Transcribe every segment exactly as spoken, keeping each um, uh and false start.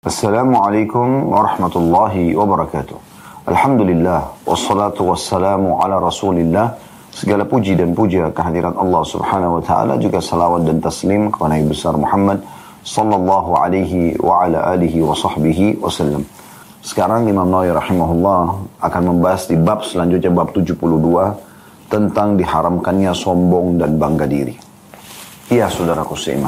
Assalamualaikum warahmatullahi wabarakatuh. Alhamdulillah, wassalatu wassalamu ala rasulillah. Segala puji dan puja kehadirat Allah subhanahu wa ta'ala, juga salawat dan taslim kepada Nabi besar Muhammad sallallahu alaihi wa ala alihi wa sahbihi wasallam. Sekarang Imam Nawawi rahimahullah akan membahas di bab selanjutnya, bab tujuh puluh dua, tentang diharamkannya sombong dan bangga diri. Iya saudaraku seiman,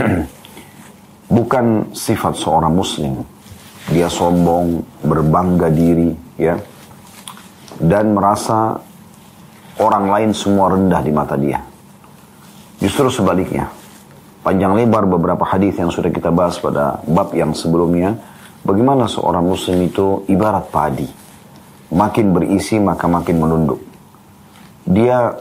bukan sifat seorang muslim dia sombong, berbangga diri, ya, dan merasa orang lain semua rendah di mata dia. Justru sebaliknya. Panjang lebar beberapa hadis yang sudah kita bahas pada bab yang sebelumnya, bagaimana seorang muslim itu ibarat padi, makin berisi maka makin menunduk. Dia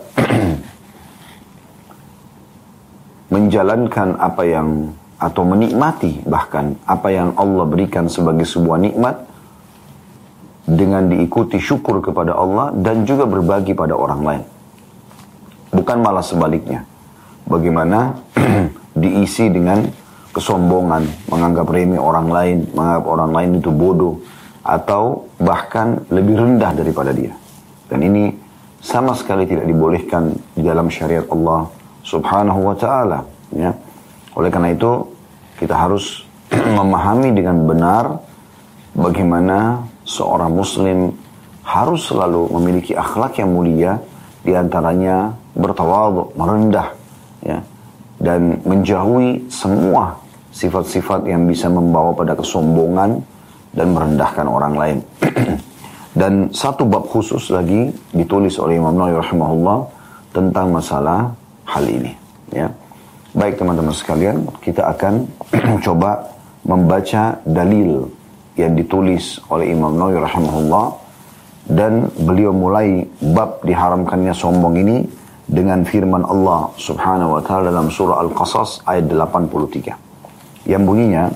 menjalankan apa yang atau menikmati bahkan apa yang Allah berikan sebagai sebuah nikmat dengan diikuti syukur kepada Allah dan juga berbagi pada orang lain. Bukan malah sebaliknya. Bagaimana diisi dengan kesombongan, menganggap remeh orang lain, menganggap orang lain itu bodoh, atau bahkan lebih rendah daripada dia. Dan ini sama sekali tidak dibolehkan di dalam syariat Allah subhanahu wa ta'ala, ya. Oleh karena itu, kita harus memahami dengan benar bagaimana seorang muslim harus selalu memiliki akhlak yang mulia, diantaranya bertawadhu, merendah, ya, dan menjauhi semua sifat-sifat yang bisa membawa pada kesombongan dan merendahkan orang lain. Dan satu bab khusus lagi ditulis oleh Imam Nawawi rahimahullah tentang masalah hal ini, ya. Baik teman-teman sekalian, kita akan coba membaca dalil yang ditulis oleh Imam Nawawi rahimahullah, dan beliau mulai bab diharamkannya sombong ini dengan firman Allah subhanahu wa ta'ala dalam surah Al-Qasas ayat delapan puluh tiga yang bunyinya,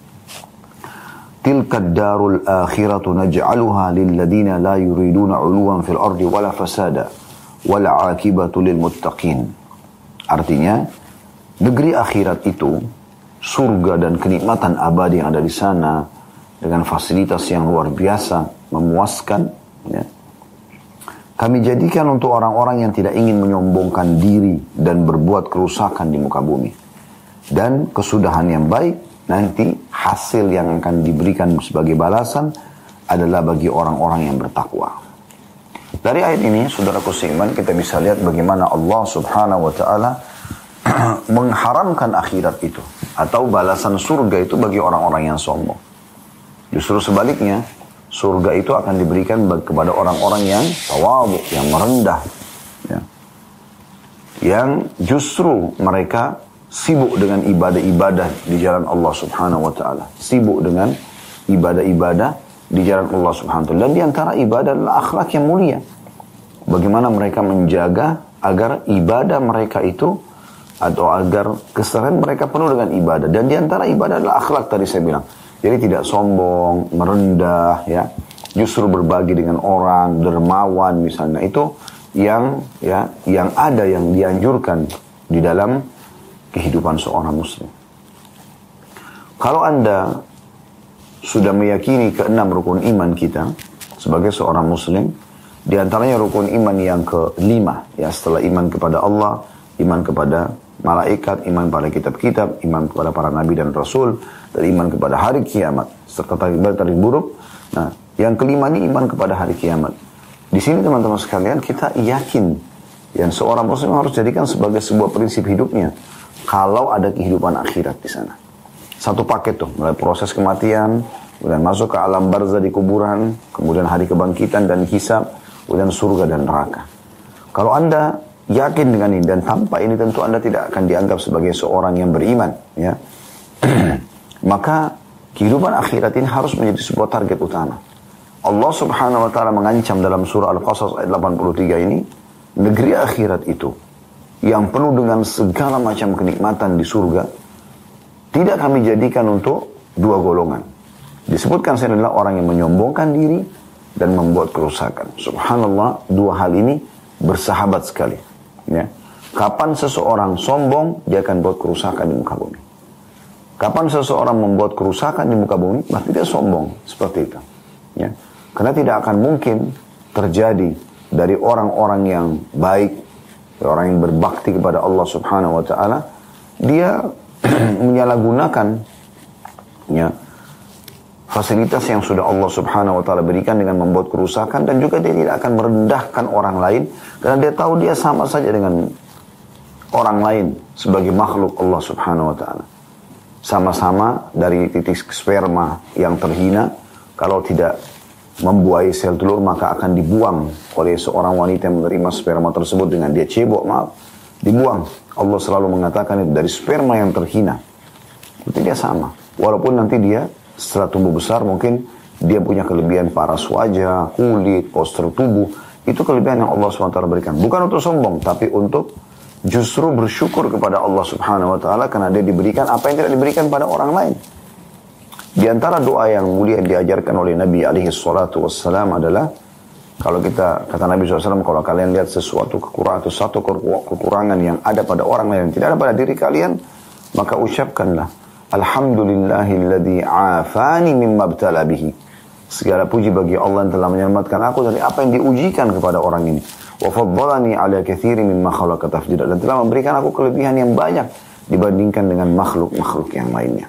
tilkad darul akhiratu naj'aluha lilladina la yuriduna 'uluwan fil ardi wala fasada wala 'akibatu lil muttaqin. Artinya, negeri akhirat itu, surga dan kenikmatan abadi yang ada di sana, dengan fasilitas yang luar biasa, memuaskan, ya, kami jadikan untuk orang-orang yang tidak ingin menyombongkan diri dan berbuat kerusakan di muka bumi. Dan kesudahan yang baik, nanti hasil yang akan diberikan sebagai balasan adalah bagi orang-orang yang bertakwa. Dari ayat ini, saudaraku seiman, kita bisa lihat bagaimana Allah subhanahu wa ta'ala mengharamkan akhirat itu, atau balasan surga itu bagi orang-orang yang sombong. Justru sebaliknya, surga itu akan diberikan kepada orang-orang yang tawadhu, yang merendah, ya, yang justru mereka sibuk dengan ibadah-ibadah di jalan Allah subhanahu wa ta'ala, sibuk dengan ibadah-ibadah di jalan Allah subhanahu wa ta'ala. Dan diantara ibadah adalah akhlak yang mulia. Bagaimana mereka menjaga agar ibadah mereka itu, atau agar keseharian mereka penuh dengan ibadah. Dan diantara ibadah adalah akhlak tadi saya bilang. Jadi tidak sombong, merendah, ya, justru berbagi dengan orang, dermawan misalnya. Itu yang ya yang ada yang dianjurkan di dalam kehidupan seorang muslim. Kalau Anda sudah meyakini keenam rukun iman kita sebagai seorang muslim, di antaranya rukun iman yang kelima, ya, setelah iman kepada Allah, iman kepada malaikat, iman pada kitab-kitab, iman kepada para nabi dan rasul, dan iman kepada hari kiamat serta takdir buruk. Nah, yang kelima ini iman kepada hari kiamat. Di sini teman-teman sekalian, kita yakin yang seorang muslim harus jadikan sebagai sebuah prinsip hidupnya kalau ada kehidupan akhirat di sana. Satu paket tuh, mulai proses kematian, kemudian masuk ke alam barzah di kuburan, kemudian hari kebangkitan dan hisab, kemudian surga dan neraka. Kalau Anda yakin dengan ini, dan tanpa ini tentu Anda tidak akan dianggap sebagai seorang yang beriman, ya. Maka kehidupan akhirat ini harus menjadi sebuah target utama. Allah subhanahu wa ta'ala mengancam dalam surah Al-Qasas ayat delapan puluh tiga ini, negeri akhirat itu yang penuh dengan segala macam kenikmatan di surga, tidak kami jadikan untuk dua golongan. Disebutkan saya adalah orang yang menyombongkan diri dan membuat kerusakan. Subhanallah, dua hal ini bersahabat sekali, ya. Kapan seseorang sombong, dia akan buat kerusakan di muka bumi. Kapan seseorang membuat kerusakan di muka bumi, berarti dia sombong. Seperti itu. Ya. Karena tidak akan mungkin terjadi dari orang-orang yang baik, orang yang berbakti kepada Allah Subhanahu wa Ta'ala, dia menyalahgunakan ya, fasilitas yang sudah Allah Subhanahu wa Ta'ala berikan dengan membuat kerusakan, dan juga dia tidak akan merendahkan orang lain karena dia tahu dia sama saja dengan orang lain sebagai makhluk Allah Subhanahu wa Ta'ala. Sama-sama dari titik sperma yang terhina, kalau tidak membuahi sel telur maka akan dibuang oleh seorang wanita yang menerima sperma tersebut dengan dia cebok, maaf, dibuang. Allah selalu mengatakan itu dari sperma yang terhina. Itu dia sama. Walaupun nanti dia setelah tumbuh besar mungkin dia punya kelebihan paras wajah, kulit, postur tubuh. Itu kelebihan yang Allah subhanahu wa taala berikan. Bukan untuk sombong, tapi untuk justru bersyukur kepada Allah Subhanahu wa Ta'ala karena dia diberikan apa yang tidak diberikan pada orang lain. Di antara doa yang mulia yang diajarkan oleh Nabi alaihi salatu wassalam adalah, kalau kita, kata Nabi shallallahu alaihi wasallam, kalau kalian lihat sesuatu kekurangan atau satu kekurangan yang ada pada orang lain yang tidak ada pada diri kalian, maka ucapkanlah alhamdulillahilladzi afani mimma btala bihi. Segala puji bagi Allah yang telah menyelamatkan aku dari apa yang diujikan kepada orang ini. Wa faddalani ala katsiri mimma khalaqa tafdila, dan telah memberikan aku kelebihan yang banyak dibandingkan dengan makhluk-makhluk yang lainnya.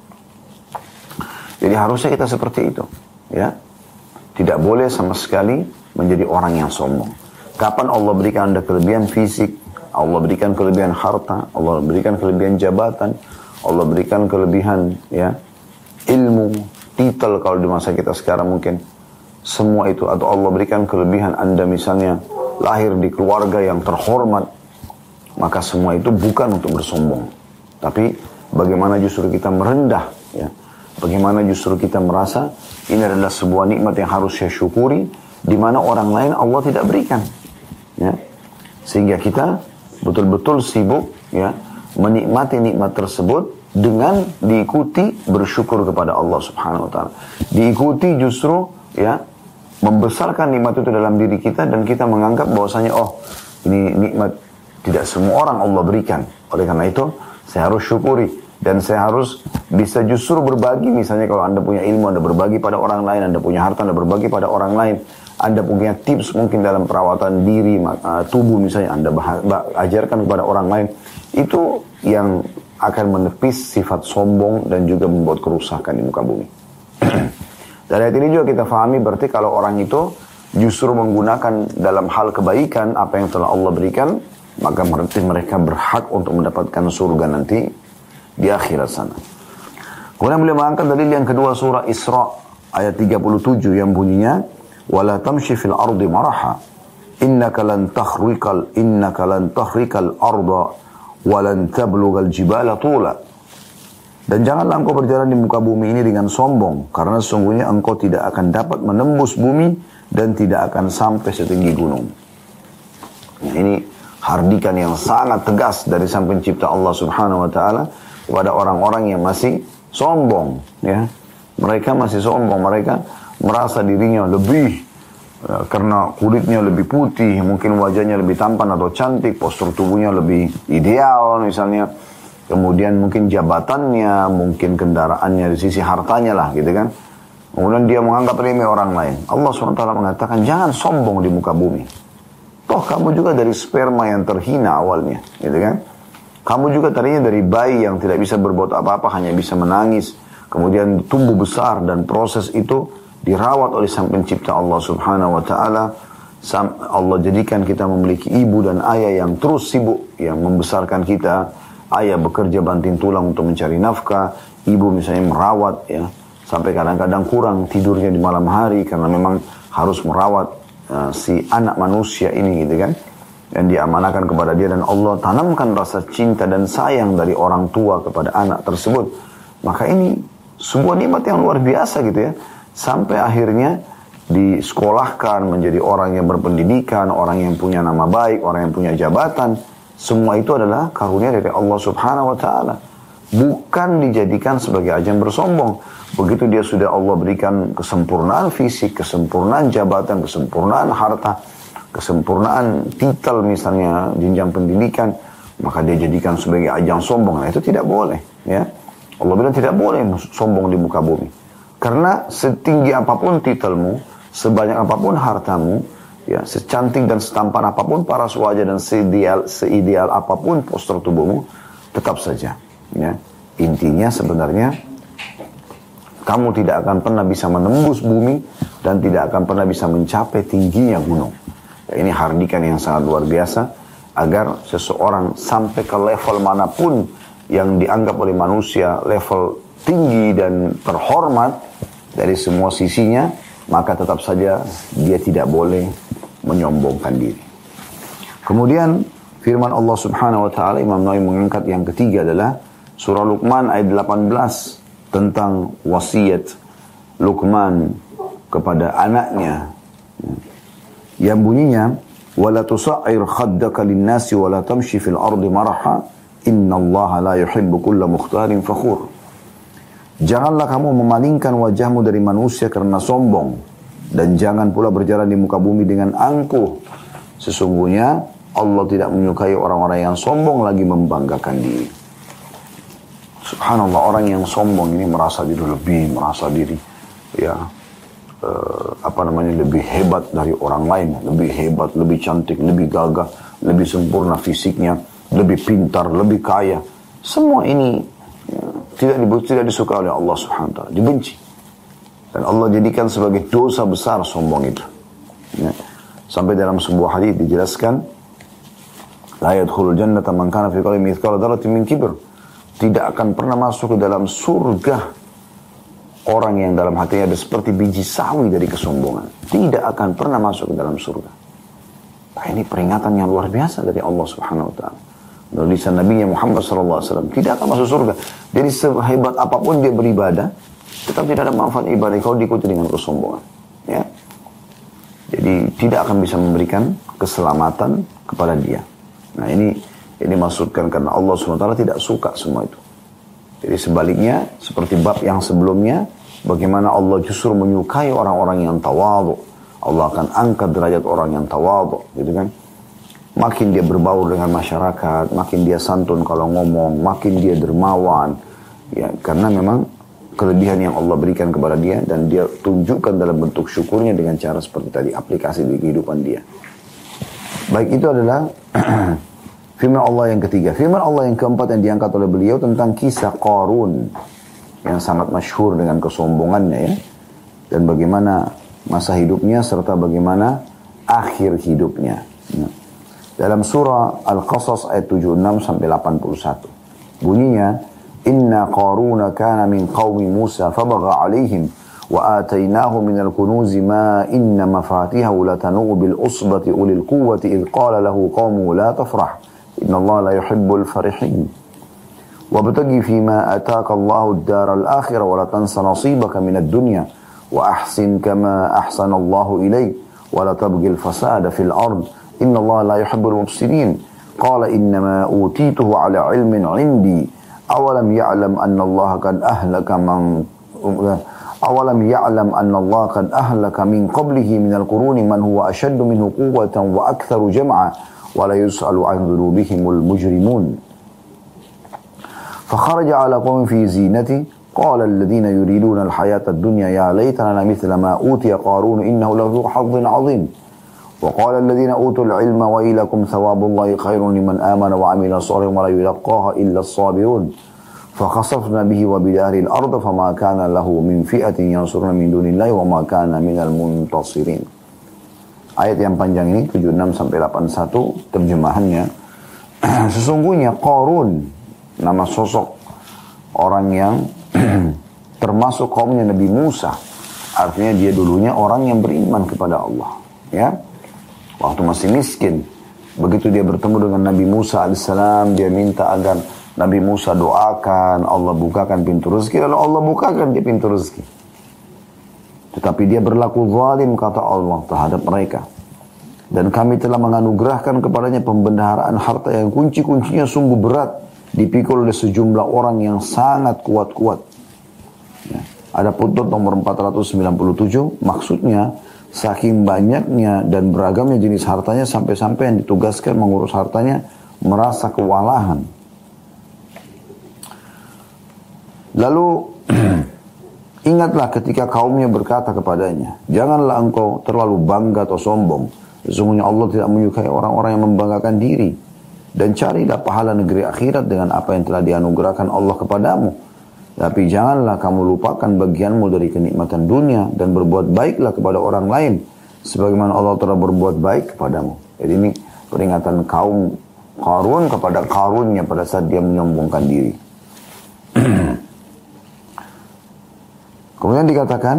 Jadi harusnya kita seperti itu, ya. Tidak boleh sama sekali menjadi orang yang sombong. Kapan Allah berikan Anda kelebihan fisik, Allah berikan kelebihan harta, Allah berikan kelebihan jabatan, Allah berikan kelebihan ya ilmu, titel kalau di masa kita sekarang mungkin, semua itu, atau Allah berikan kelebihan Anda misalnya lahir di keluarga yang terhormat, maka semua itu bukan untuk bersombong, tapi bagaimana justru kita merendah, ya. Bagaimana justru kita merasa ini adalah sebuah nikmat yang harus saya syukuri, di mana orang lain Allah tidak berikan, ya. Sehingga kita betul-betul sibuk, ya, menikmati nikmat tersebut dengan diikuti bersyukur kepada Allah Subhanahu Wa Taala, diikuti justru, ya, membesarkan nikmat itu dalam diri kita, dan kita menganggap bahwasanya oh ini nikmat tidak semua orang Allah berikan, oleh karena itu saya harus syukuri dan saya harus bisa justru berbagi. Misalnya kalau Anda punya ilmu, Anda berbagi pada orang lain, Anda punya harta, Anda berbagi pada orang lain, Anda punya tips mungkin dalam perawatan diri, uh, tubuh misalnya, Anda bah- bah- ajarkan kepada orang lain, itu yang akan menepis sifat sombong dan juga membuat kerusakan di muka bumi. Dari ayat ini juga kita fahami berarti kalau orang itu justru menggunakan dalam hal kebaikan apa yang telah Allah berikan, maka berarti mereka berhak untuk mendapatkan surga nanti di akhirat sana. Kemudian beliau mengangkat dalil yang kedua, surah Isra ayat tiga puluh tujuh yang bunyinya wala tamshi fil ardi maraha innaka lan takhriqal innaka lan takhriqal arda wa lan tablughal jibala tula. Dan janganlah engkau berjalan di muka bumi ini dengan sombong, karena sesungguhnya engkau tidak akan dapat menembus bumi dan tidak akan sampai setinggi gunung. Nah, ini hardikan yang sangat tegas dari Sang Pencipta Allah Subhanahu wa taala kepada orang-orang yang masih sombong, ya. Mereka masih sombong, mereka merasa dirinya lebih ya, karena kulitnya lebih putih, mungkin wajahnya lebih tampan atau cantik, postur tubuhnya lebih ideal misalnya. Kemudian mungkin jabatannya, mungkin kendaraannya, di sisi hartanya lah gitu kan. Kemudian dia menganggap remeh orang lain. Allah subhanahu wa taala mengatakan jangan sombong di muka bumi. Toh kamu juga dari sperma yang terhina awalnya, gitu kan. Kamu juga tadinya dari bayi yang tidak bisa berbuat apa-apa, hanya bisa menangis. Kemudian tumbuh besar dan proses itu dirawat oleh Sang Pencipta Allah subhanahu wa ta'ala. Allah jadikan kita memiliki ibu dan ayah yang terus sibuk, yang membesarkan kita. Ayah bekerja banting tulang untuk mencari nafkah, ibu misalnya merawat, ya, sampai kadang-kadang kurang tidurnya di malam hari karena memang harus merawat uh, si anak manusia ini gitu kan, yang diamanakan kepada dia, dan Allah tanamkan rasa cinta dan sayang dari orang tua kepada anak tersebut. Maka ini sebuah nikmat yang luar biasa gitu ya, sampai akhirnya disekolahkan menjadi orang yang berpendidikan, orang yang punya nama baik, orang yang punya jabatan. Semua itu adalah karunia dari Allah subhanahu wa ta'ala. Bukan dijadikan sebagai ajang bersombong. Begitu dia sudah Allah berikan kesempurnaan fisik, kesempurnaan jabatan, kesempurnaan harta, kesempurnaan titel misalnya, jenjang pendidikan, maka dia jadikan sebagai ajang sombong. Nah, itu tidak boleh, ya. Allah bilang tidak boleh sombong di muka bumi. Karena setinggi apapun titelmu, sebanyak apapun hartamu, ya, secantik dan setampan apapun paras wajah dan seideal, seideal apapun postur tubuhmu, tetap saja. Ya. Intinya sebenarnya, kamu tidak akan pernah bisa menembus bumi dan tidak akan pernah bisa mencapai tingginya gunung. Ya, ini hardikan yang sangat luar biasa agar seseorang sampai ke level manapun yang dianggap oleh manusia level tinggi dan terhormat dari semua sisinya, maka tetap saja dia tidak boleh menyombongkan diri. Kemudian firman Allah Subhanahu wa taala, Imam Nawawi mengangkat yang ketiga adalah surah Luqman ayat delapan belas tentang wasiat Luqman kepada anaknya yang bunyinya wala tusa'ir khaddaka lin-nasi wala tamshi fil ardi maraha innallaha la yuhibbu kulla mukhtalin fakhur. Janganlah kamu memalingkan wajahmu dari manusia karena sombong, dan jangan pula berjalan di muka bumi dengan angkuh. Sesungguhnya Allah tidak menyukai orang-orang yang sombong lagi membanggakan diri. Subhanallah, orang yang sombong ini merasa diri lebih, merasa diri ya uh, apa namanya lebih hebat dari orang lain, lebih hebat, lebih cantik, lebih gagah, lebih sempurna fisiknya, lebih pintar, lebih kaya. Semua ini ya, tidak tidak disukai oleh Allah Subhanahu wa taala, dibenci. Dan Allah jadikan sebagai dosa besar sombong itu. Ya. Sampai dalam sebuah hadis dijelaskan, la yadkhulul jannata man kana fi qalbihi mithqala dzarratin min kibr. Tidak akan pernah masuk ke dalam surga orang yang dalam hatinya ada seperti biji sawi dari kesombongan. Tidak akan pernah masuk ke dalam surga. Nah, ini peringatan yang luar biasa dari Allah Subhanahu wa taala. Dari lisan Nabi Muhammad sallallahu alaihi wasallam, tidak akan masuk surga. Jadi sehebat apapun dia beribadah, tetap tidak ada manfaat ibadah kalau diikuti dengan kesombongan. Ya. Jadi tidak akan bisa memberikan keselamatan kepada dia. Nah ini ini maksudkan karena Allah subhanahu wa taala tidak suka semua itu. Jadi sebaliknya seperti bab yang sebelumnya, bagaimana Allah justru menyukai orang-orang yang tawadhu. Allah akan angkat derajat orang yang tawadhu, gitu kan? Makin dia berbaur dengan masyarakat, makin dia santun kalau ngomong, makin dia dermawan, ya karena memang kelebihan yang Allah berikan kepada dia dan dia tunjukkan dalam bentuk syukurnya dengan cara seperti tadi, aplikasi di kehidupan dia. Baik, itu adalah firman Allah yang ketiga. Firman Allah yang keempat yang diangkat oleh beliau tentang kisah Qarun yang sangat masyhur dengan kesombongannya ya, dan bagaimana masa hidupnya serta bagaimana akhir hidupnya. Nah, dalam surah Al-Qasas ayat tujuh puluh enam sampai delapan puluh satu bunyinya, Inna Qaruna kana min qaumi Musa fabagha alaihim wa atainahu minal kunuzi ma inna mafatihahu latanu bil usbati ulil quwwati idh qala lahu qawmuhu la tafrah inna Allah la yuhibbul farihin wabtaghi fima ataka Allahu ad-daral akhirah wa la tansa nasibaka minad dunya wa ahsin kama ahsana Allahu ilayk wa la tabghil fasada fil ard inna Allah la yuhibbul mufsidin qala innama utituhu ala ilmin 'indi awalam ya'lam anna Allah qad ahlaka man awalam ya'lam anna Allah qad ahlaka min qablihi minal quruni man huwa ashaddu minhu quwwatan wa aktharu jam'a wa la yus'alu 'an dhunubihimul mujrimun fakharaja 'ala qawmin fi zinati qala alladhina yuriduna al-hayata ad-dunya ya laytana mithla ma utiya qarun innahu lahu hazzun 'azim وقال الذين أوتوا العلم وإلكم ثواب الله خير لمن آمن وعمل صالحا ولا يلقاها إلا الصابرون فخسفنا به وبداره الأرض فما كان له من فئة ينصرون من دون الله وما كان من المنتصرين. Ayat yang panjang ini tujuh puluh enam sampai delapan puluh satu terjemahannya, sesungguhnya Qarun nama sosok orang yang termasuk kaumnya Nabi Musa, artinya dia dulunya orang yang beriman kepada Allah ya. Waktu masih miskin, begitu dia bertemu dengan Nabi Musa alaihissalam, dia minta agar Nabi Musa doakan Allah bukakan pintu rezeki, lalu Allah bukakan dia pintu rezeki. Tetapi dia berlaku zalim, kata Allah terhadap mereka. Dan kami telah menganugerahkan kepadanya pembendaharaan harta yang kunci-kuncinya sungguh berat, dipikul oleh sejumlah orang yang sangat kuat-kuat. Ya. Ada putut nomor empat ratus sembilan puluh tujuh, maksudnya saking banyaknya dan beragamnya jenis hartanya sampai-sampai yang ditugaskan mengurus hartanya merasa kewalahan. Lalu ingatlah ketika kaumnya berkata kepadanya, janganlah engkau terlalu bangga atau sombong. Sesungguhnya Allah tidak menyukai orang-orang yang membanggakan diri. Dan carilah pahala negeri akhirat dengan apa yang telah dianugerahkan Allah kepadamu. Tapi janganlah kamu lupakan bagianmu dari kenikmatan dunia dan berbuat baiklah kepada orang lain sebagaimana Allah telah berbuat baik kepadamu. Jadi ini peringatan kaum Qarun kepada Qarunnya pada saat dia menyombongkan diri. Kemudian dikatakan,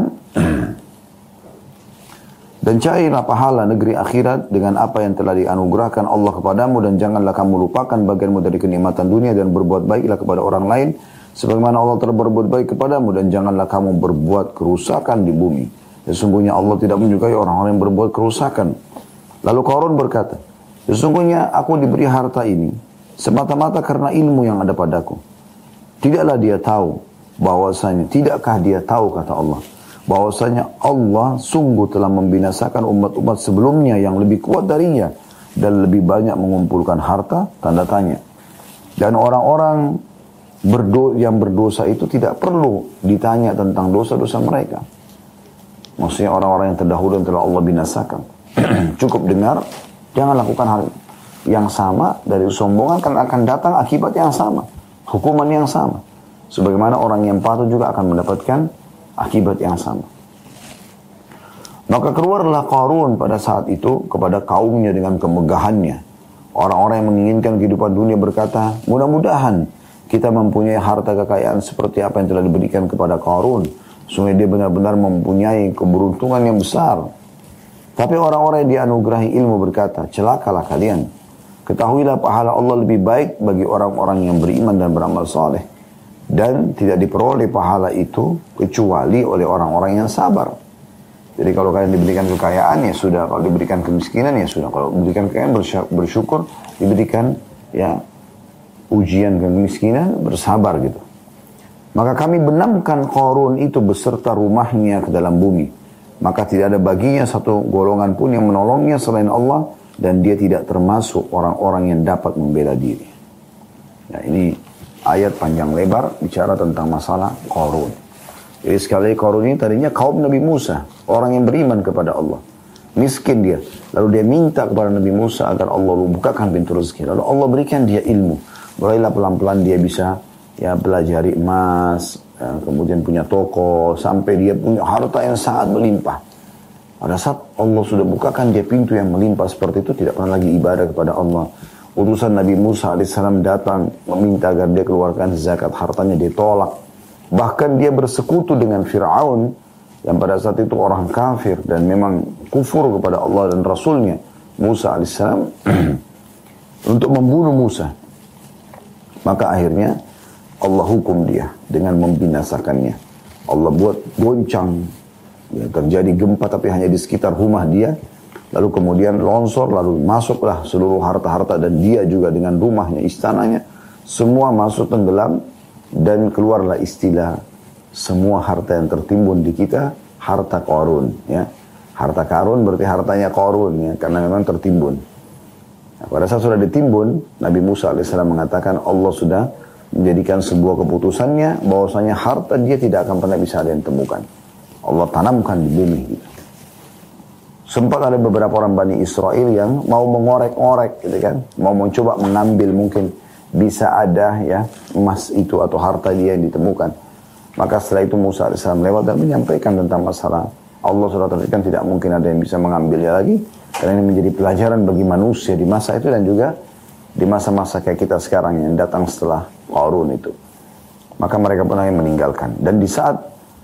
dan carilah pahala negeri akhirat dengan apa yang telah dianugerahkan Allah kepadamu dan janganlah kamu lupakan bagianmu dari kenikmatan dunia dan berbuat baiklah kepada orang lain sebagaimana Allah telah berbuat baik kepadamu dan janganlah kamu berbuat kerusakan di bumi. Sesungguhnya Allah tidak menyukai orang-orang yang berbuat kerusakan. Lalu Qarun berkata, sesungguhnya aku diberi harta ini semata-mata karena ilmu yang ada padaku. Tidaklah dia tahu bahwasanya, tidakkah dia tahu kata Allah, bahwasanya Allah sungguh telah membinasakan umat-umat sebelumnya yang lebih kuat darinya dan lebih banyak mengumpulkan harta, tanda tanya. Dan orang-orang berdo yang berdosa itu tidak perlu ditanya tentang dosa-dosa mereka. Maksudnya orang-orang yang terdahulu yang telah Allah binasakan. Cukup dengar, jangan lakukan hal yang sama dari kesombongan, kan akan datang akibat yang sama, hukuman yang sama. Sebagaimana orang yang patuh juga akan mendapatkan akibat yang sama. Maka keluarlah Qarun pada saat itu kepada kaumnya dengan kemegahannya. Orang-orang yang menginginkan kehidupan dunia berkata, mudah-mudahan kita mempunyai harta kekayaan seperti apa yang telah diberikan kepada Qarun. Sungguh dia benar-benar mempunyai keberuntungan yang besar. Tapi orang-orang yang dianugerahi ilmu berkata, celakalah kalian. Ketahuilah pahala Allah lebih baik bagi orang-orang yang beriman dan beramal saleh. Dan tidak diperoleh pahala itu kecuali oleh orang-orang yang sabar. Jadi kalau kalian diberikan kekayaan ya sudah, kalau diberikan kemiskinan ya sudah, kalau diberikan kekayaan bersyukur, diberikan ya ujian kemiskinan bersabar gitu. Maka kami benamkan Qarun itu beserta rumahnya ke dalam bumi. Maka tidak ada baginya satu golongan pun yang menolongnya selain Allah dan dia tidak termasuk orang-orang yang dapat membela diri. Nah ini ayat panjang lebar bicara tentang masalah Qarun. Jadi sekali Qarun ini tadinya kaum Nabi Musa, orang yang beriman kepada Allah. Miskin dia. Lalu dia minta kepada Nabi Musa agar Allah bukakan pintu rezeki. Lalu Allah berikan dia ilmu. Mulailah pelan-pelan dia bisa ya pelajari emas, ya, kemudian punya toko, sampai dia punya harta yang sangat melimpah. Pada saat Allah sudah bukakan dia pintu yang melimpah seperti itu, tidak pernah lagi ibadah kepada Allah. Utusan Nabi Musa alaihissalam datang meminta agar dia keluarkan zakat hartanya, dia tolak. Bahkan dia bersekutu dengan Fir'aun yang pada saat itu orang kafir dan memang kufur kepada Allah dan Rasulnya, Musa alaihissalam, untuk membunuh Musa. Maka akhirnya Allah hukum dia dengan membinasakannya. Allah buat goncang, ya, terjadi gempa tapi hanya di sekitar rumah dia. Lalu kemudian longsor, lalu masuklah seluruh harta-harta dan dia juga dengan rumahnya, istananya. Semua masuk tenggelam dan keluarlah istilah semua harta yang tertimbun di kita, harta Qarun. Ya. Harta Qarun berarti hartanya Qarun, ya, karena memang tertimbun. Nah, pada saat sudah ditimbun, Nabi Musa alaihissalam mengatakan Allah sudah menjadikan sebuah keputusannya bahwasanya harta dia tidak akan pernah bisa ada yang temukan. Allah tanamkan di bumi. Gitu. Sempat ada beberapa orang Bani Israel yang mau mengorek-orek, gitu kan, mau mencoba mengambil mungkin bisa ada ya emas itu atau harta dia yang ditemukan. Maka setelah itu Musa alaihissalam lewat dan menyampaikan tentang masalah. Allah sudah terangkan tidak mungkin ada yang bisa mengambilnya lagi. Karena ini menjadi pelajaran bagi manusia di masa itu dan juga di masa-masa kayak kita sekarang yang datang setelah Qarun itu. Maka mereka pun yang meninggalkan. Dan di saat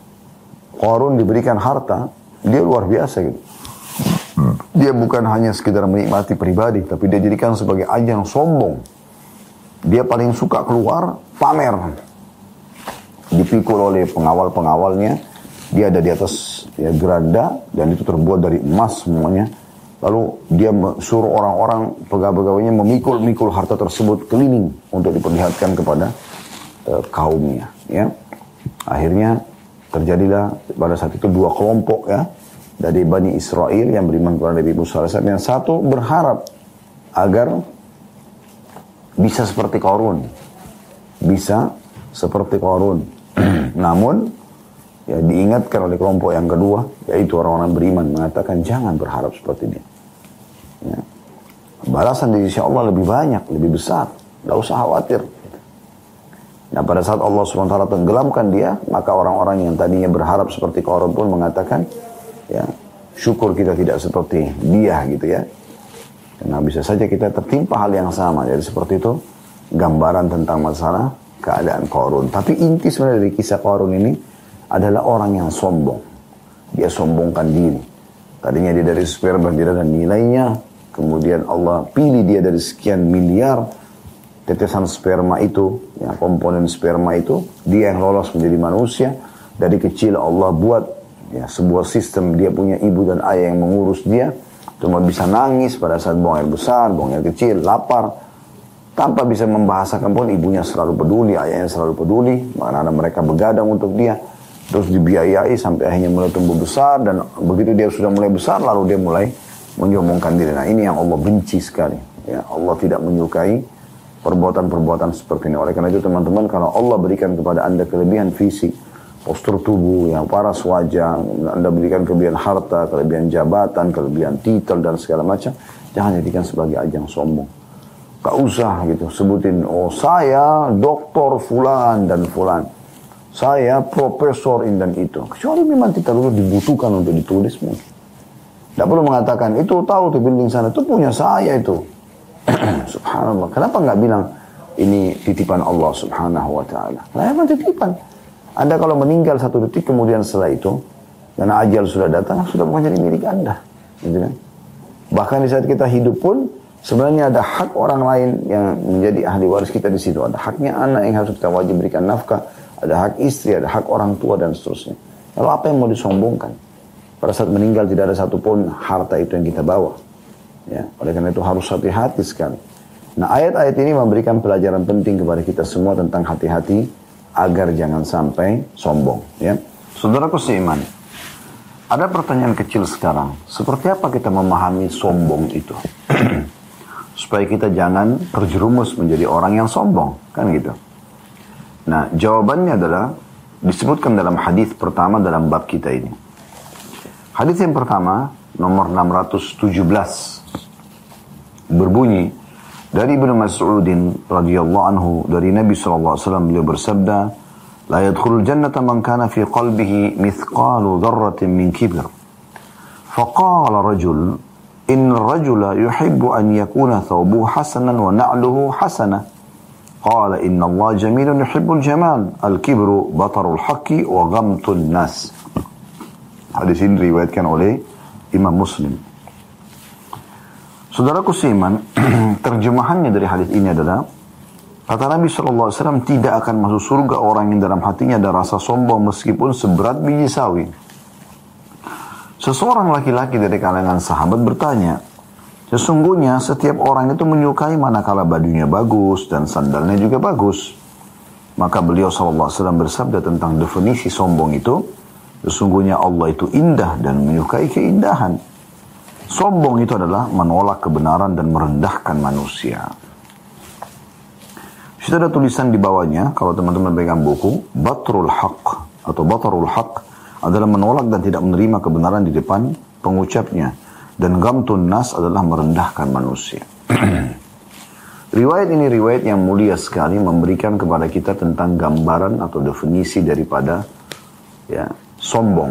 Qarun diberikan harta, dia luar biasa gitu. Dia bukan hanya sekedar menikmati pribadi, tapi dia jadikan sebagai ajang sombong. Dia paling suka keluar pamer. Dipikul oleh pengawal-pengawalnya. Dia ada di atas ya, geranda dan itu terbuat dari emas semuanya. Lalu dia suruh orang-orang pegawai-pegawainya memikul-mikul harta tersebut keliling untuk diperlihatkan kepada uh, kaumnya. Ya, akhirnya terjadilah pada saat itu dua kelompok ya dari Bani Israel yang beriman kepada Nabi Musa alaihissalam. Yang satu berharap agar bisa seperti Qarun, bisa seperti Qarun. Namun, ya diingatkan oleh kelompok yang kedua, yaitu orang-orang beriman, mengatakan jangan berharap seperti ini. Ya. Balasan di sisi Allah lebih banyak, lebih besar. Tidak usah khawatir. Nah pada saat Allah subhanahu wa taala tenggelamkan dia, maka orang-orang yang tadinya berharap seperti Qarun pun mengatakan, ya syukur kita tidak seperti dia gitu ya. Karena bisa saja kita tertimpa hal yang sama. Jadi seperti itu gambaran tentang masalah keadaan Qarun. Tapi inti sebenarnya dari kisah Qarun ini adalah orang yang sombong. Dia sombongkan diri. Tadinya dia dari sperma, dia ada nilainya. Kemudian Allah pilih dia dari sekian miliar tetesan sperma itu, ya, komponen sperma itu, dia yang lolos menjadi manusia. Dari kecil Allah buat ya, sebuah sistem, dia punya ibu dan ayah yang mengurus dia. Cuma bisa nangis pada saat buang air besar, buang air kecil, lapar. Tanpa bisa membahasakan pun ibunya selalu peduli, ayahnya selalu peduli. Karena mereka begadang untuk dia. Terus dibiayai sampai akhirnya mulai tumbuh besar. Dan begitu dia sudah mulai besar, lalu dia mulai menyombongkan diri. Nah ini yang Allah benci sekali. Ya, Allah tidak menyukai perbuatan-perbuatan seperti ini. Oleh karena itu teman-teman, kalau Allah berikan kepada anda kelebihan fisik, postur tubuh yang paras wajah, anda berikan kelebihan harta, kelebihan jabatan, kelebihan titel dan segala macam, jangan jadikan sebagai ajang sombong. Gak usah gitu sebutin, oh saya doktor fulan dan fulan, saya profesor ini dan itu. Kecuali memang kita dulu dibutuhkan untuk ditulis mungkin. Tidak perlu mengatakan itu tahu tuh building sana itu punya saya itu. Subhanallah. Kenapa nggak bilang ini titipan Allah Subhanahu Wa Taala? Kenapa titipan? Anda kalau meninggal satu detik kemudian setelah itu, karena ajal sudah datang, sudah bukan jadi milik Anda. Gitu kan? Bahkan di saat kita hidup pun, sebenarnya ada hak orang lain yang menjadi ahli waris kita di situ. Ada haknya anak yang harus kita wajib berikan nafkah, ada hak istri, ada hak orang tua dan seterusnya. Lalu apa yang mau disombongkan? Pada saat meninggal tidak ada satupun harta itu yang kita bawa. Ya, oleh karena itu harus hati-hati sekali. Nah ayat-ayat ini memberikan pelajaran penting kepada kita semua tentang hati-hati agar jangan sampai sombong. Ya, saudaraku seiman, ada pertanyaan kecil sekarang. Seperti apa kita memahami sombong itu? Supaya kita jangan terjerumus menjadi orang yang sombong, kan gitu. Nah jawabannya adalah disebutkan dalam hadis pertama dalam bab kita ini. Hadis yang pertama nomor enam ratus tujuh belas berbunyi dari Ibnu Mas'udin radhiyallahu anhu dari Nabi sallallahu alaihi wasallam, beliau bersabda, la yadkhulul jannata man kana fi qalbihi mithqalu dzarratin min kibr. Faqala rajul inna ar-rajula yuhibbu an yakuna thawbuhu hasanan wa na'luhu hasanah. Qala inna Allah jamilun yuhibbul jamal. Al-kibru batarul haqqi wa ghamtun nas. Hadis ini diriwayatkan oleh Imam Muslim. Saudaraku seiman, terjemahannya dari hadis ini adalah, kata Nabi shallallahu alaihi wasallam, tidak akan masuk surga orang yang dalam hatinya ada rasa sombong meskipun seberat biji sawi. Seseorang laki-laki dari kalangan sahabat bertanya, sesungguhnya setiap orang itu menyukai manakala bajunya bagus dan sandalnya juga bagus. Maka beliau shallallahu alaihi wasallam bersabda tentang definisi sombong itu, sesungguhnya Allah itu indah dan menyukai keindahan. Sombong itu adalah menolak kebenaran dan merendahkan manusia. Situ ada tulisan di bawahnya, kalau teman-teman pegang buku, batrul haq atau batarul haq adalah menolak dan tidak menerima kebenaran di depan pengucapnya. Dan gamtun nas adalah merendahkan manusia. Riwayat ini riwayat yang mulia sekali, memberikan kepada kita tentang gambaran atau definisi daripada ya, sombong.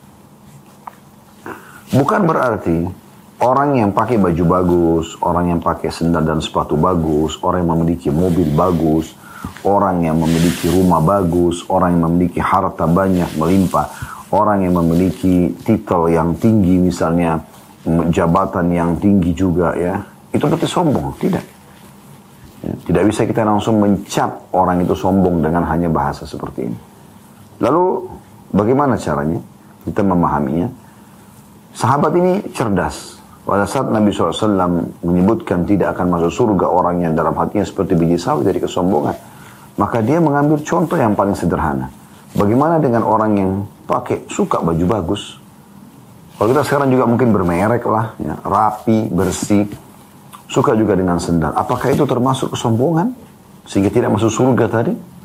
Bukan berarti orang yang pakai baju bagus, orang yang pakai sendal dan sepatu bagus, orang yang memiliki mobil bagus, orang yang memiliki rumah bagus, orang yang memiliki harta banyak melimpah, orang yang memiliki titel yang tinggi misalnya, jabatan yang tinggi juga ya, itu berarti sombong? Tidak. Ya, tidak bisa kita langsung mencap orang itu sombong dengan hanya bahasa seperti ini. Lalu bagaimana caranya kita memahaminya? Sahabat ini cerdas. Pada saat Nabi shallallahu alaihi wasallam menyebutkan tidak akan masuk surga orang yang dalam hatinya seperti biji sawi dari kesombongan, maka dia mengambil contoh yang paling sederhana. Bagaimana dengan orang yang pakai, suka baju bagus? Kalau kita sekarang juga mungkin bermerek lah, ya, rapi, bersih, suka juga dengan sendal. Apakah itu termasuk kesombongan? Sehingga tidak masuk surga tadi?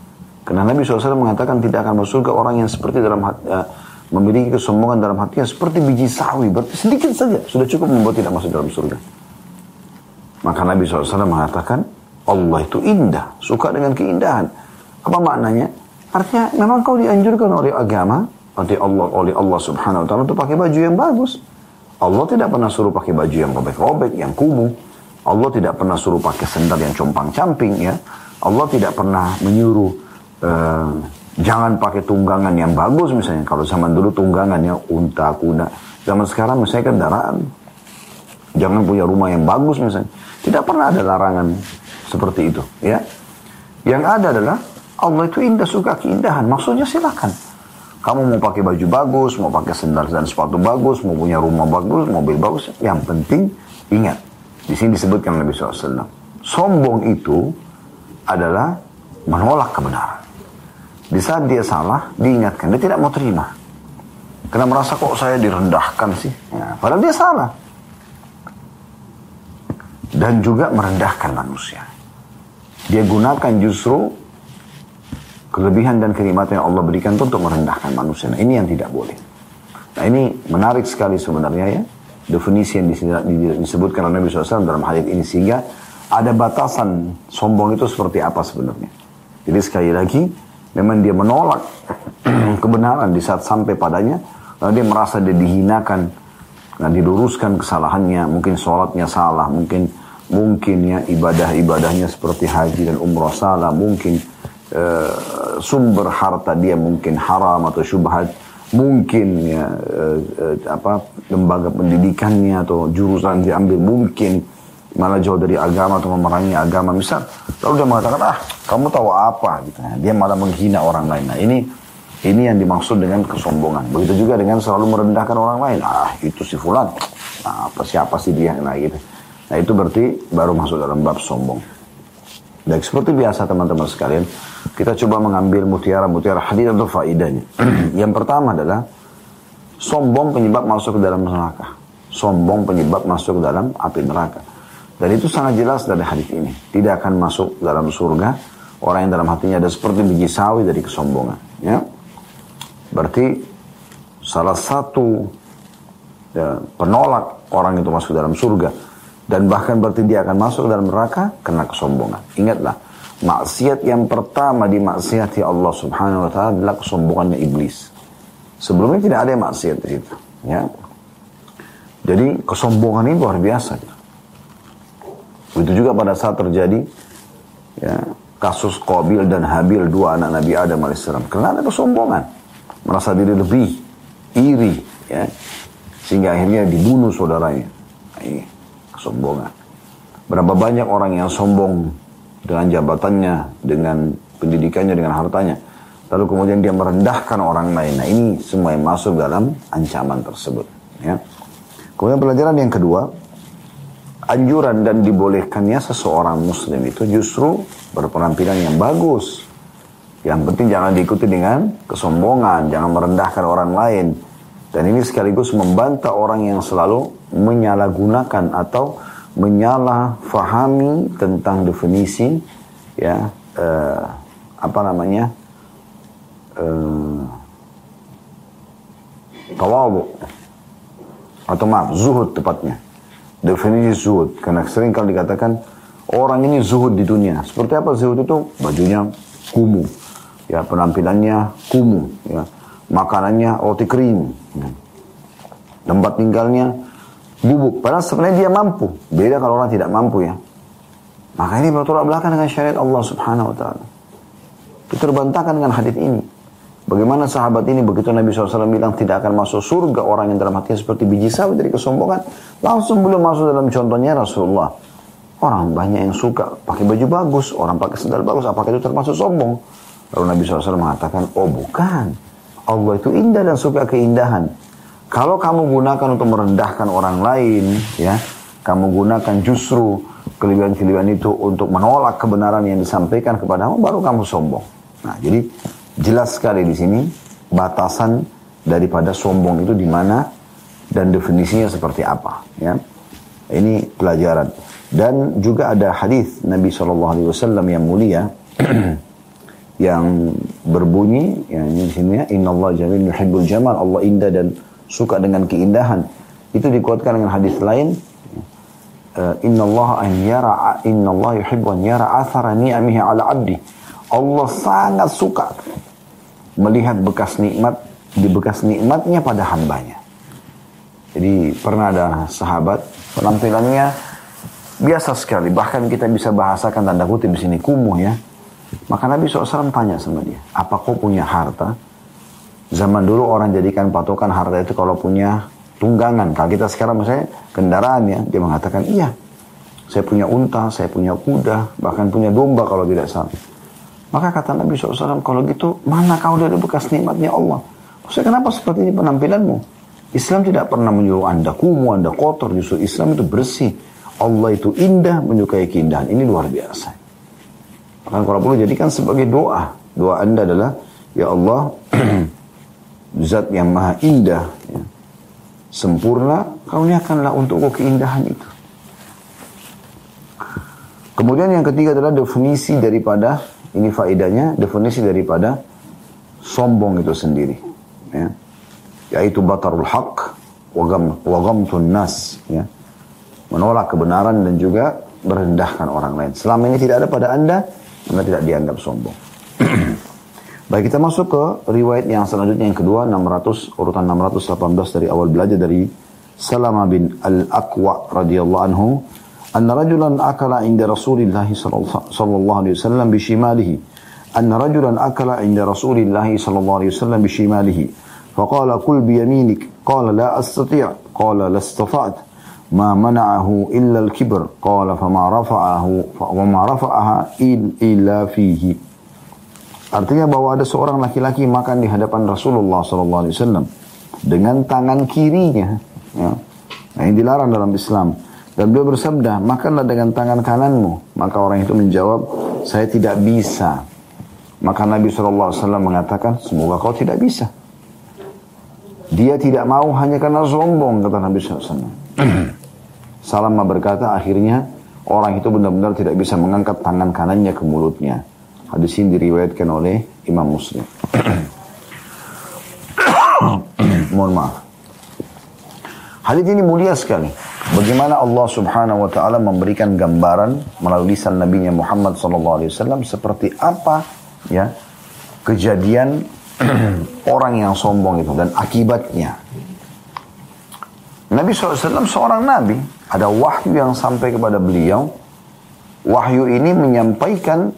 Karena Nabi shallallahu alaihi wasallam mengatakan tidak akan masuk surga orang yang seperti dalam hati, uh, memiliki kesombongan dalam hatinya seperti biji sawi. Berarti sedikit saja sudah cukup membuat tidak masuk dalam surga. Maka Nabi shallallahu alaihi wasallam mengatakan Allah itu indah, suka dengan keindahan. Apa maknanya? Artinya memang kau dianjurkan oleh agama, oleh Allah, oleh Allah subhanahu wa ta'ala untuk pakai baju yang bagus. Allah tidak pernah suruh pakai baju yang robek-robek, yang kumuh. Allah tidak pernah suruh pakai sendal yang compang-camping, ya. Allah tidak pernah menyuruh uh, jangan pakai tunggangan yang bagus misalnya. Kalau zaman dulu tunggangannya unta, kuda. Zaman sekarang misalnya kendaraan. Jangan punya rumah yang bagus misalnya. Tidak pernah ada larangan seperti itu, ya. Yang ada adalah Allah itu indah, suka keindahan. Maksudnya silakan. Kamu mau pakai baju bagus, mau pakai sendal dan sepatu bagus, mau punya rumah bagus, mobil bagus. Yang penting ingat, di sini disebutkan Nabi shallallahu alaihi wasallam, sombong itu adalah menolak kebenaran. Di saat dia salah, diingatkan, dia tidak mau terima. Karena merasa kok saya direndahkan sih. Ya, padahal dia salah. Dan juga merendahkan manusia. Dia gunakan justru kelebihan dan kenikmatan yang Allah berikan untuk merendahkan manusia. Nah, ini yang tidak boleh. Nah, ini menarik sekali sebenarnya, ya. Definisi yang disebutkan oleh Nabi shallallahu alaihi wasallam dalam hadis ini. Sehingga ada batasan sombong itu seperti apa sebenarnya. Jadi sekali lagi, memang dia menolak kebenaran di saat sampai padanya. Lalu dia merasa dia dihinakan. Nah, diluruskan kesalahannya. Mungkin sholatnya salah. Mungkin mungkin ya ibadah-ibadahnya seperti haji dan umrah salah. Mungkin uh, sumber harta dia mungkin haram atau syubhat. Mungkin ya uh, uh, apa lembaga pendidikannya atau jurusan diambil mungkin malah jauh dari agama atau memerangi agama misal. Lalu dia mengatakan, ah kamu tahu apa gitu. Nah, dia malah menghina orang lain. Nah ini ini yang dimaksud dengan kesombongan. Begitu juga dengan selalu merendahkan orang lain. Ah itu si fulan, nah, apa siapa sih dia, nah gitu. Nah itu berarti baru masuk dalam bab sombong. Dan seperti biasa teman-teman sekalian, kita coba mengambil mutiara-mutiara hadis atau faedahnya. Yang pertama adalah sombong penyebab masuk ke dalam neraka. Sombong penyebab masuk ke dalam api neraka. Dan itu sangat jelas dari hadis ini. Tidak akan masuk dalam surga orang yang dalam hatinya ada seperti biji sawi dari kesombongan. Ya, berarti salah satu ya, penolak orang itu masuk dalam surga. Dan bahkan berarti dia akan masuk dalam neraka karena kesombongan. Ingatlah, maksiat yang pertama dimaksiati Allah subhanahu wa ta'ala adalah kesombongannya iblis. Sebelumnya tidak ada yang maksiat di situ. Ya. Jadi kesombongan ini luar biasa. Begitu juga pada saat terjadi ya, kasus Qabil dan Habil, dua anak Nabi Adam alaihissalam. Karena ada kesombongan. Merasa diri lebih iri. Ya. Sehingga akhirnya dibunuh saudaranya. Nah, ini kesombongan. Berapa banyak orang yang sombong dengan jabatannya, dengan pendidikannya, dengan hartanya. Lalu kemudian dia merendahkan orang lain. Nah ini semua yang masuk dalam ancaman tersebut. Ya. Kemudian pelajaran yang kedua, anjuran dan dibolehkannya seseorang muslim itu justru berpenampilan yang bagus. Yang penting jangan diikuti dengan kesombongan, jangan merendahkan orang lain. Dan ini sekaligus membantah orang yang selalu menyalahgunakan atau menyalahfahami tentang definisi ya eh, apa namanya eh, tawadhu atau maaf zuhud tepatnya, definisi zuhud. Karena sering kalau dikatakan orang ini zuhud di dunia. Seperti apa zuhud itu? Bajunya kumuh, ya penampilannya kumuh, ya makanannya roti kering, tempat tinggalnya bubuk. Padahal sebenarnya dia mampu. Beda kalau orang tidak mampu ya. Maka ini bertolak belakang dengan syariat Allah subhanahu wa ta'ala. Itu terbantahkan dengan hadis ini. Bagaimana sahabat ini begitu Nabi shallallahu alaihi wasallam bilang tidak akan masuk surga orang yang dalam hatinya seperti biji sawi dari kesombongan. Langsung belum masuk dalam contohnya Rasulullah. Orang banyak yang suka pakai baju bagus, orang pakai sandal bagus. Apakah itu termasuk sombong? Lalu Nabi shallallahu alaihi wasallam mengatakan, oh bukan. Allah itu indah dan suka keindahan. Kalau kamu gunakan untuk merendahkan orang lain, ya, kamu gunakan justru kelebihan-kelebihan itu untuk menolak kebenaran yang disampaikan kepadamu, baru kamu sombong. Nah, jadi jelas sekali di sini batasan daripada sombong itu di mana dan definisinya seperti apa. Ya, ini pelajaran. Dan juga ada hadis Nabi shallallahu alaihi wasallam yang mulia yang berbunyi, ya ini di sini ya, innallaha jamil yuhibbul jamal, Allah indah dan suka dengan keindahan. Itu dikuatkan dengan hadis lain, innallaha an yara innallaha yuhibbu an yara athara ni'amihi ala 'abdi. Allah sangat suka melihat bekas nikmat di bekas nikmatnya pada hambanya. Jadi pernah ada sahabat penampilannya biasa sekali, bahkan kita bisa bahasakan tanda kutip di sini kumuh ya. Maka Nabi shallallahu alaihi wasallam tanya sama dia, apa kau punya harta? Zaman dulu orang jadikan patokan harta itu kalau punya tunggangan. Kalau kita sekarang misalnya kendaraan ya, dia mengatakan iya, saya punya unta, saya punya kuda, bahkan punya domba kalau tidak salah. Maka kata Nabi shallallahu alaihi wasallam, kalau gitu mana kau dari bekas nikmatnya Allah? Maksudnya kenapa seperti ini penampilanmu? Islam tidak pernah menyuruh anda kumuh, anda kotor. Justru Islam itu bersih. Allah itu indah, menyukai keindahan. Ini luar biasa. Maka kalau perlu jadikan sebagai doa. Doa anda adalah, ya Allah, zat yang maha indah, ya, sempurna, karuniakanlah untukku keindahan itu. Kemudian yang ketiga adalah definisi daripada, ini faedahnya, definisi daripada sombong itu sendiri. Ya. Yaitu batarul haq, wa ghamtun nas. Ya. Menolak kebenaran dan juga merendahkan orang lain. Selama ini tidak ada pada anda, anda tidak dianggap sombong. Baik, kita masuk ke riwayat yang selanjutnya yang kedua, enam ratus, urutan enam ratus delapan belas dari awal belajar dari Salamah bin Al-Aqwa radhiyallahu anhu, anna rajulan akala inda Rasulillah sallallahu alaihi wasallam bishimalihi. Anna rajulan akala inda Rasulillah sallallahu alaihi wasallam bishimalihi. Faqala kul biyaminik. Qala la astati'. Qala la istata'at. ما منعه إلا الكبر قال فما رفعه وما رفعها إلا فيه. Artinya bahwa ada seorang laki-laki makan di hadapan Rasulullah sallallahu alaihi wasallam dengan tangan kirinya, ya. Nah, ini dilarang dalam Islam. Dan beliau bersabda, makanlah dengan tangan kananmu. Maka orang itu menjawab, saya tidak bisa. Maka Nabi sallallahu alaihi wasallam mengatakan, semoga kau tidak bisa. Dia tidak mau hanya karena sombong, kata Nabi sallallahu alaihi wasallam. Salamah berkata, akhirnya orang itu benar-benar tidak bisa mengangkat tangan kanannya ke mulutnya. Hadis ini diriwayatkan oleh Imam Muslim. Mohon maaf. Hadis ini mulia sekali. Bagaimana Allah Subhanahu wa taala memberikan gambaran melalui lisan Nabi Muhammad sallallahu alaihi wasallam seperti apa ya kejadian orang yang sombong itu dan akibatnya. Nabi shallallahu alaihi wasallam seorang nabi. Ada wahyu yang sampai kepada beliau. Wahyu ini menyampaikan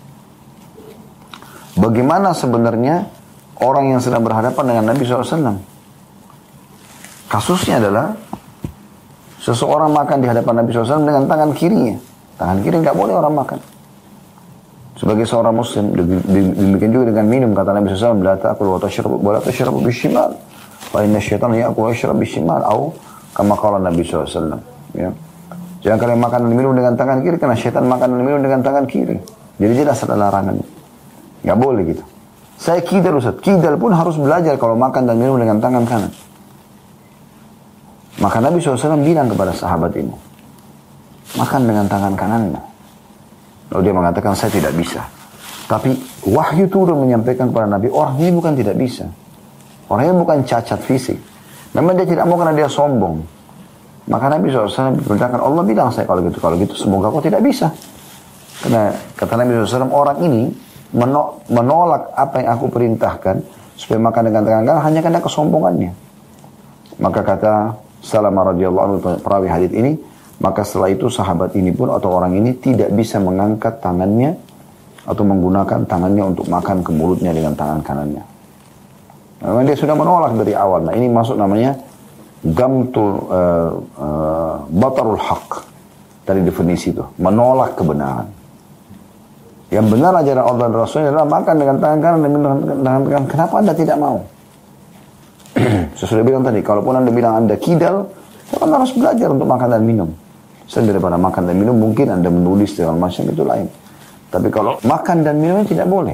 bagaimana sebenarnya orang yang sedang berhadapan dengan Nabi shallallahu alaihi wasallam. Kasusnya adalah seseorang makan di hadapan Nabi shallallahu alaihi wasallam dengan tangan kirinya. Tangan kiri nggak boleh orang makan. Sebagai seorang muslim, demikian juga dengan minum. Kata Nabi shallallahu alaihi wasallam, la ta'kul wa tashrabu wa la tashrabu bishimal. Fa inna syaitan ya'kul wa yashrab bishimal. Atau kama qala Nabi shallallahu alaihi wasallam. Ya. Jangan kalian makan dan minum dengan tangan kiri, karena syaitan makan dan minum dengan tangan kiri. Jadi jelas ada larangan. Nggak boleh gitu. Saya kidal Ustaz. Kidal pun harus belajar kalau makan dan minum dengan tangan kanan. Maka Nabi shallallahu alaihi wasallam bilang kepada sahabat ini, makan dengan tangan kananmu. Lalu dia mengatakan, saya tidak bisa. Tapi wahyu turun menyampaikan kepada Nabi, orang ini bukan tidak bisa. Orang ini bukan cacat fisik. Memang dia tidak mau karena dia sombong. Maka Nabi shallallahu alaihi wasallam berkatakan, Allah bilang saya kalau gitu, kalau gitu semoga kau tidak bisa. Karena kata Nabi shallallahu alaihi wasallam, orang ini menolak apa yang aku perintahkan supaya makan dengan tangan kanan hanya karena kesombongannya. Maka kata Salamah radhiyallahu anhu perawi hadis ini, maka setelah itu sahabat ini pun atau orang ini tidak bisa mengangkat tangannya atau menggunakan tangannya untuk makan ke mulutnya dengan tangan kanannya. Memang dia sudah menolak dari awal. Nah, ini masuk namanya gamtul uh, uh, batarul haq dari definisi itu, menolak kebenaran. Yang benar ajaran Allah dan Rasulnya adalah makan dengan tangan kanan dan minum dengan tangan kanan. Kenapa anda tidak mau? Saya sudah bilang tadi, kalaupun anda bilang anda kidal, anda harus belajar untuk makan dan minum. Selain daripada makan dan minum, mungkin anda menulis dengan macam itu lain. Tapi kalau makan dan minumnya tidak boleh.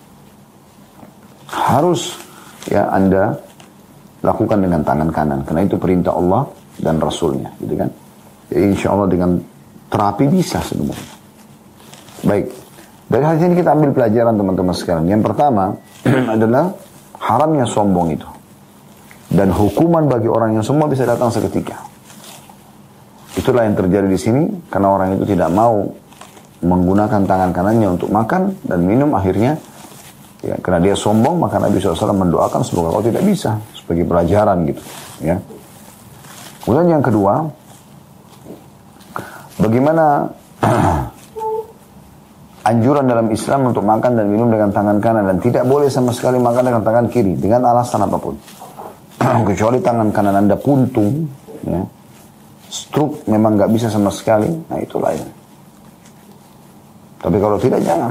Harus ya anda lakukan dengan tangan kanan, karena itu perintah Allah dan Rasulnya, gitu kan? Jadi insya Allah dengan terapi bisa sebenarnya. Baik, Dari hadis ini kita ambil pelajaran teman-teman sekalian. Yang pertama adalah haramnya sombong itu. Dan hukuman bagi orang yang sombong bisa datang seketika. Itulah yang terjadi di sini karena orang itu tidak mau menggunakan tangan kanannya untuk makan dan minum, akhirnya ya, karena dia sombong maka Nabi shallallahu alaihi wasallam mendoakan semoga kau tidak bisa, sebagai pelajaran gitu ya. Kemudian yang kedua, bagaimana anjuran dalam Islam untuk makan dan minum dengan tangan kanan dan tidak boleh sama sekali makan dengan tangan kiri dengan alasan apapun. Kecuali tangan kanan Anda puntung, ya, stroke memang nggak bisa sama sekali, nah itu lain. Tapi kalau tidak jangan.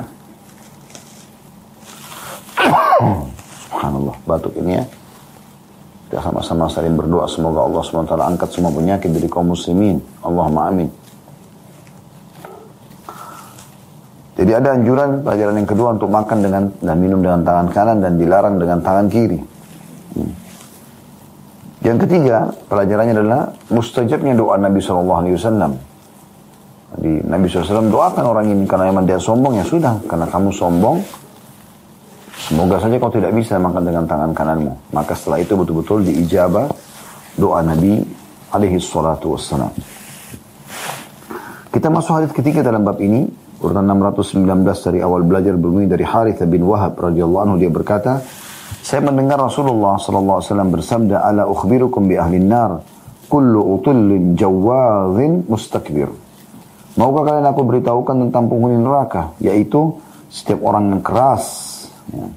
Subhanallah, batuk ini ya. Kita sama-sama saling berdoa semoga Allah subhanahu wa taala angkat semua penyakit dari kaum muslimin. Allahumma amin. Jadi ada anjuran pelajaran yang kedua untuk makan dengan dan minum dengan tangan kanan dan dilarang dengan tangan kiri. Hmm. Yang ketiga pelajarannya adalah mustajabnya doa Nabi shallallahu alaihi wasallam. Jadi Nabi shallallahu alaihi wasallam doakan orang ini karena memang dia sombong, ya sudah, karena kamu sombong, semoga saja kau tidak bisa makan dengan tangan kananmu. Maka setelah itu betul-betul diijabah doa Nabi alaihi salatu wassalam. Kita masuk hadis ketiga dalam bab ini. Urutan enam ratus sembilan belas dari awal belajar berbunyi dari Harith bin Wahab radhiyallahu anhu, dia berkata, saya mendengar Rasulullah sallallahu alaihi wasallam bersabda, ala ukhbirukum bi ahlin nar kullu utullin jawadhin mustakbir. Maukah kalian aku beritahukan tentang penghuni neraka, yaitu setiap orang yang keras, ya,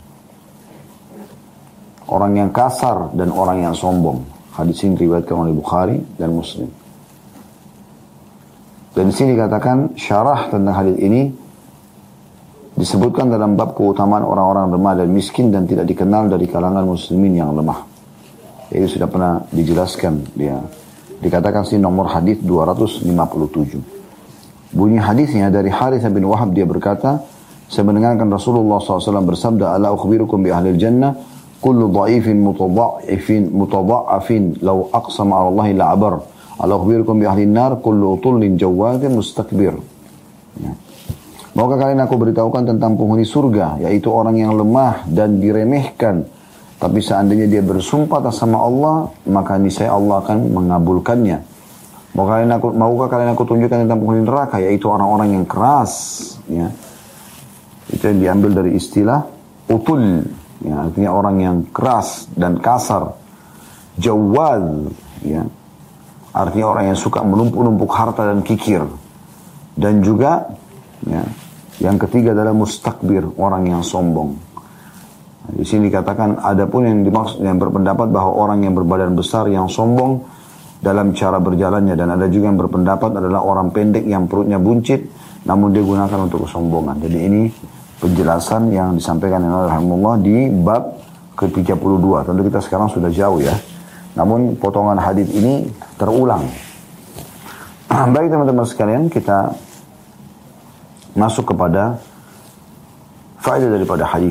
orang yang kasar dan orang yang sombong. Hadis ini diriwayatkan oleh Bukhari dan Muslim. Dan di sini dikatakan syarah tentang hadis ini disebutkan dalam bab keutamaan orang-orang lemah dan miskin dan tidak dikenal dari kalangan muslimin yang lemah. Ini sudah pernah dijelaskan dia. Dikatakan sini nomor hadis dua ratus lima puluh tujuh. Bunyi hadisnya dari Harith bin Wahab, dia berkata, saya mendengarkan Rasulullah shallallahu alaihi wasallam bersabda, ala ukhbirukum bi ahlil jannah kullu dha'ifin mutadha'ifin mutadha'afin law aqsama 'ala Allahi la'abar. Ala ukhbirukum bi ahlin nar kullu utullin jawadhin mustakbir. Ya. Maukah kalian aku beritahukan tentang penghuni surga, yaitu orang yang lemah dan diremehkan, tapi seandainya dia bersumpah atas sama Allah, maka niscaya Allah akan mengabulkannya. Maukah kalian aku, maukah kalian aku tunjukkan tentang penghuni neraka, yaitu orang-orang yang keras, ya. Itu yang diambil dari istilah utul, ya, artinya orang yang keras dan kasar. Jawad, ya, artinya orang yang suka menumpuk-numpuk harta dan kikir. Dan juga, ya, yang ketiga adalah mustakbir, orang yang sombong. Di sini dikatakan ada pun yang dimaksud, yang berpendapat bahwa orang yang berbadan besar yang sombong dalam cara berjalannya, dan ada juga yang berpendapat adalah orang pendek yang perutnya buncit namun dia gunakan untuk kesombongan. Jadi ini penjelasan yang disampaikan oleh rahimahullah di bab ke tiga puluh dua. Tentu kita sekarang sudah jauh ya. Namun potongan hadis ini terulang. Baik teman-teman sekalian, kita masuk kepada faedah daripada hadis.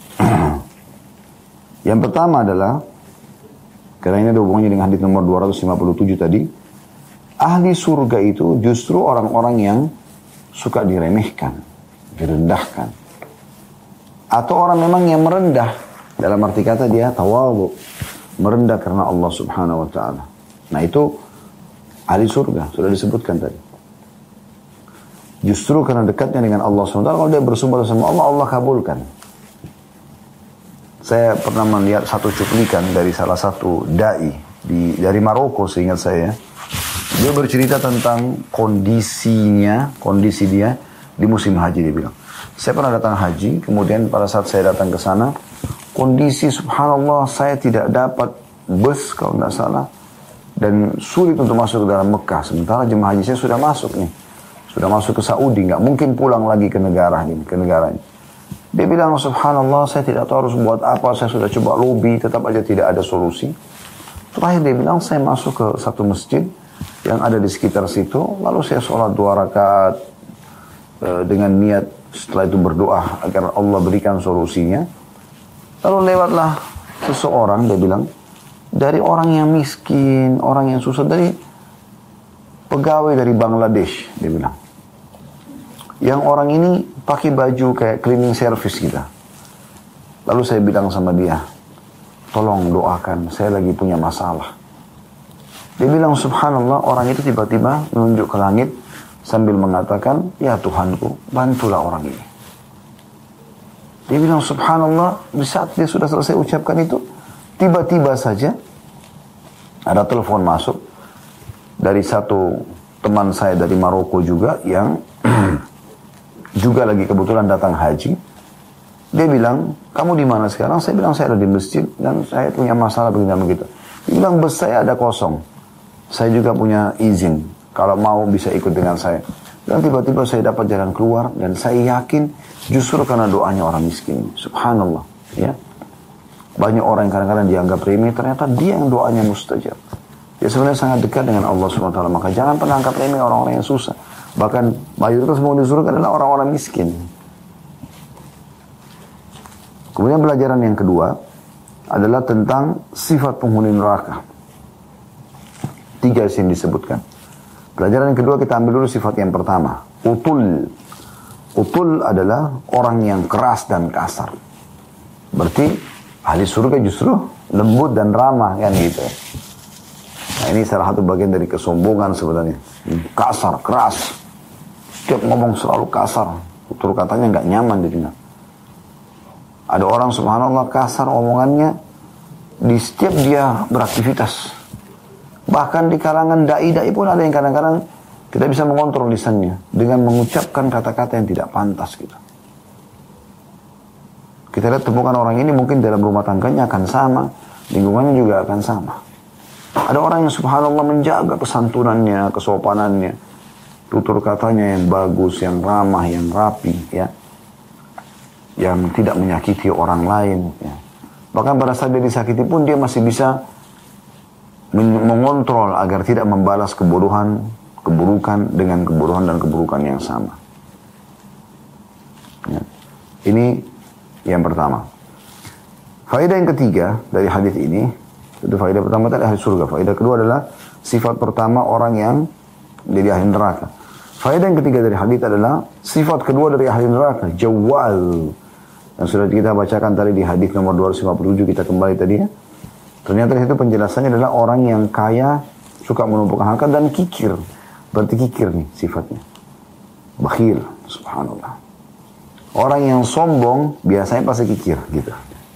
Yang pertama adalah, karena ini ada hubungannya dengan hadis nomor dua ratus lima puluh tujuh tadi, ahli surga itu justru orang-orang yang suka diremehkan, direndahkan. Atau orang memang yang merendah, dalam arti kata dia tawadhu, merendah karena Allah subhanahu wa ta'ala. Nah itu ahli surga, sudah disebutkan tadi. Justru karena dekatnya dengan Allah subhanahu wa ta'ala, kalau dia bersumpah sama Allah, Allah kabulkan. Saya pernah melihat satu cuplikan dari salah satu da'i di, dari Maroko, seingat saya. Dia bercerita tentang kondisinya, kondisi dia di musim haji. Dia bilang, saya pernah datang haji, kemudian pada saat saya datang ke sana, kondisi subhanallah saya tidak dapat bus kalau tidak salah, dan sulit untuk masuk ke dalam Mekah. Sementara jemaah haji saya sudah masuk nih, sudah masuk ke Saudi, nggak mungkin pulang lagi ke negara ini, ke negaranya. Dia bilang subhanallah saya tidak tahu harus buat apa, saya sudah coba lobby, tetap aja tidak ada solusi. Terakhir dia bilang saya masuk ke satu masjid yang ada di sekitar situ, lalu saya sholat dua rakaat e, dengan niat setelah itu berdoa agar Allah berikan solusinya. Lalu lewatlah seseorang, dia bilang, dari orang yang miskin, orang yang susah, dari pegawai dari Bangladesh, dia bilang. Yang orang ini pakai baju kayak cleaning service kita. Lalu saya bilang sama dia, tolong doakan, saya lagi punya masalah. Dia bilang, subhanallah, orang itu tiba-tiba menunjuk ke langit sambil mengatakan, ya Tuhanku, bantulah orang ini. Dia bilang, subhanallah, di saat dia sudah selesai ucapkan itu, tiba-tiba saja ada telepon masuk dari satu teman saya dari Maroko juga yang juga lagi kebetulan datang haji. Dia bilang, kamu di mana sekarang? Saya bilang, saya ada di masjid dan saya punya masalah begini dan begitu. Dia bilang, bus saya ada kosong. Saya juga punya izin. Kalau mau bisa ikut dengan saya. Dan tiba-tiba saya dapat jalan keluar dan saya yakin justru karena doanya orang miskin. Subhanallah. Ya. Banyak orang yang kadang-kadang dianggap remeh, ternyata dia yang doanya mustajab. Dia sebenarnya sangat dekat dengan Allah subhanahu wa taala. Maka jangan pernah anggap remeh orang-orang yang susah. Bahkan mayoritas penghuni surga adalah orang-orang miskin. Kemudian pelajaran yang kedua adalah tentang sifat penghuni neraka. Tiga yang disebutkan. Pelajaran yang kedua kita ambil dulu sifat yang pertama. Utul. Utul adalah orang yang keras dan kasar. Berarti ahli surga justru lembut dan ramah kan gitu. Nah ini salah satu bagian dari kesombongan sebenarnya. Kasar, keras. Setiap ngomong selalu kasar. Tutur katanya nggak nyaman didengar. Ada orang subhanallah kasar omongannya di setiap dia beraktivitas. Bahkan di kalangan da'i-da'i pun ada yang kadang-kadang tidak bisa mengontrol lisannya dengan mengucapkan kata-kata yang tidak pantas gitu. Kita lihat temukan orang ini mungkin dalam rumah tangganya akan sama, lingkungannya juga akan sama. Ada orang yang subhanallah menjaga kesantunannya, kesopanannya, tutur katanya yang bagus, yang ramah, yang rapi, ya. Yang tidak menyakiti orang lain. Ya. Bahkan pada saat dia disakiti pun dia masih bisa mengontrol agar tidak membalas kebodohan, keburukan dengan kebodohan dan keburukan yang sama. Ya. Ini yang pertama. Faedah yang ketiga dari hadis ini, itu faedah pertama tadi ahli surga. Faedah kedua adalah sifat pertama orang yang jadi ahli neraka. Faedah yang ketiga dari hadis adalah sifat kedua dari ahli neraka, jawal. Dan sudah kita bacakan tadi di hadis nomor dua ratus lima puluh tujuh, kita kembali tadi ya. Ternyata di situ penjelasannya adalah orang yang kaya, suka menumpuk harta dan kikir. Berarti kikir nih sifatnya. Bakhil, subhanallah. Orang yang sombong biasanya pasti kikir gitu.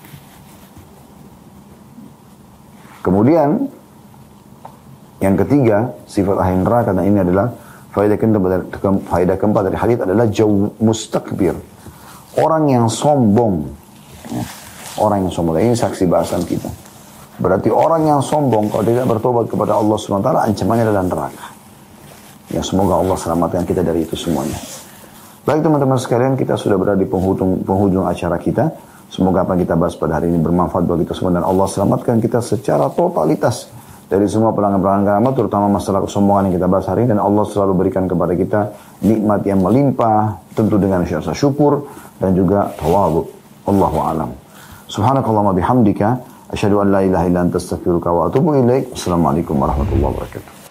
Kemudian yang ketiga, sifat ahli neraka, dan ini adalah faedah keempat, faedah keempat dari hadis adalah jauh mustakbir. Orang yang sombong, ya, orang yang sombong, ini saksi bahasan kita. Berarti orang yang sombong kalau tidak bertobat kepada Allah subhanahu wa taala, ancamannya adalah neraka. Ya, semoga Allah selamatkan kita dari itu semuanya. Baik teman-teman sekalian, kita sudah berada di penghujung, penghujung acara kita. Semoga apa yang kita bahas pada hari ini bermanfaat bagi kita semua dan Allah selamatkan kita secara totalitas dari semua pelanggaran-pelanggaran agama, terutama masalah kesombongan yang kita bahas hari ini. Dan Allah selalu berikan kepada kita nikmat yang melimpah, tentu dengan rasa syukur dan juga tawadhu. Allahu a'lam. Subhanakallahumma bihamdika asyhadu an la ilaha illa anta astaghfiruka wa atubu ilaik. Assalamualaikum warahmatullahi wabarakatuh.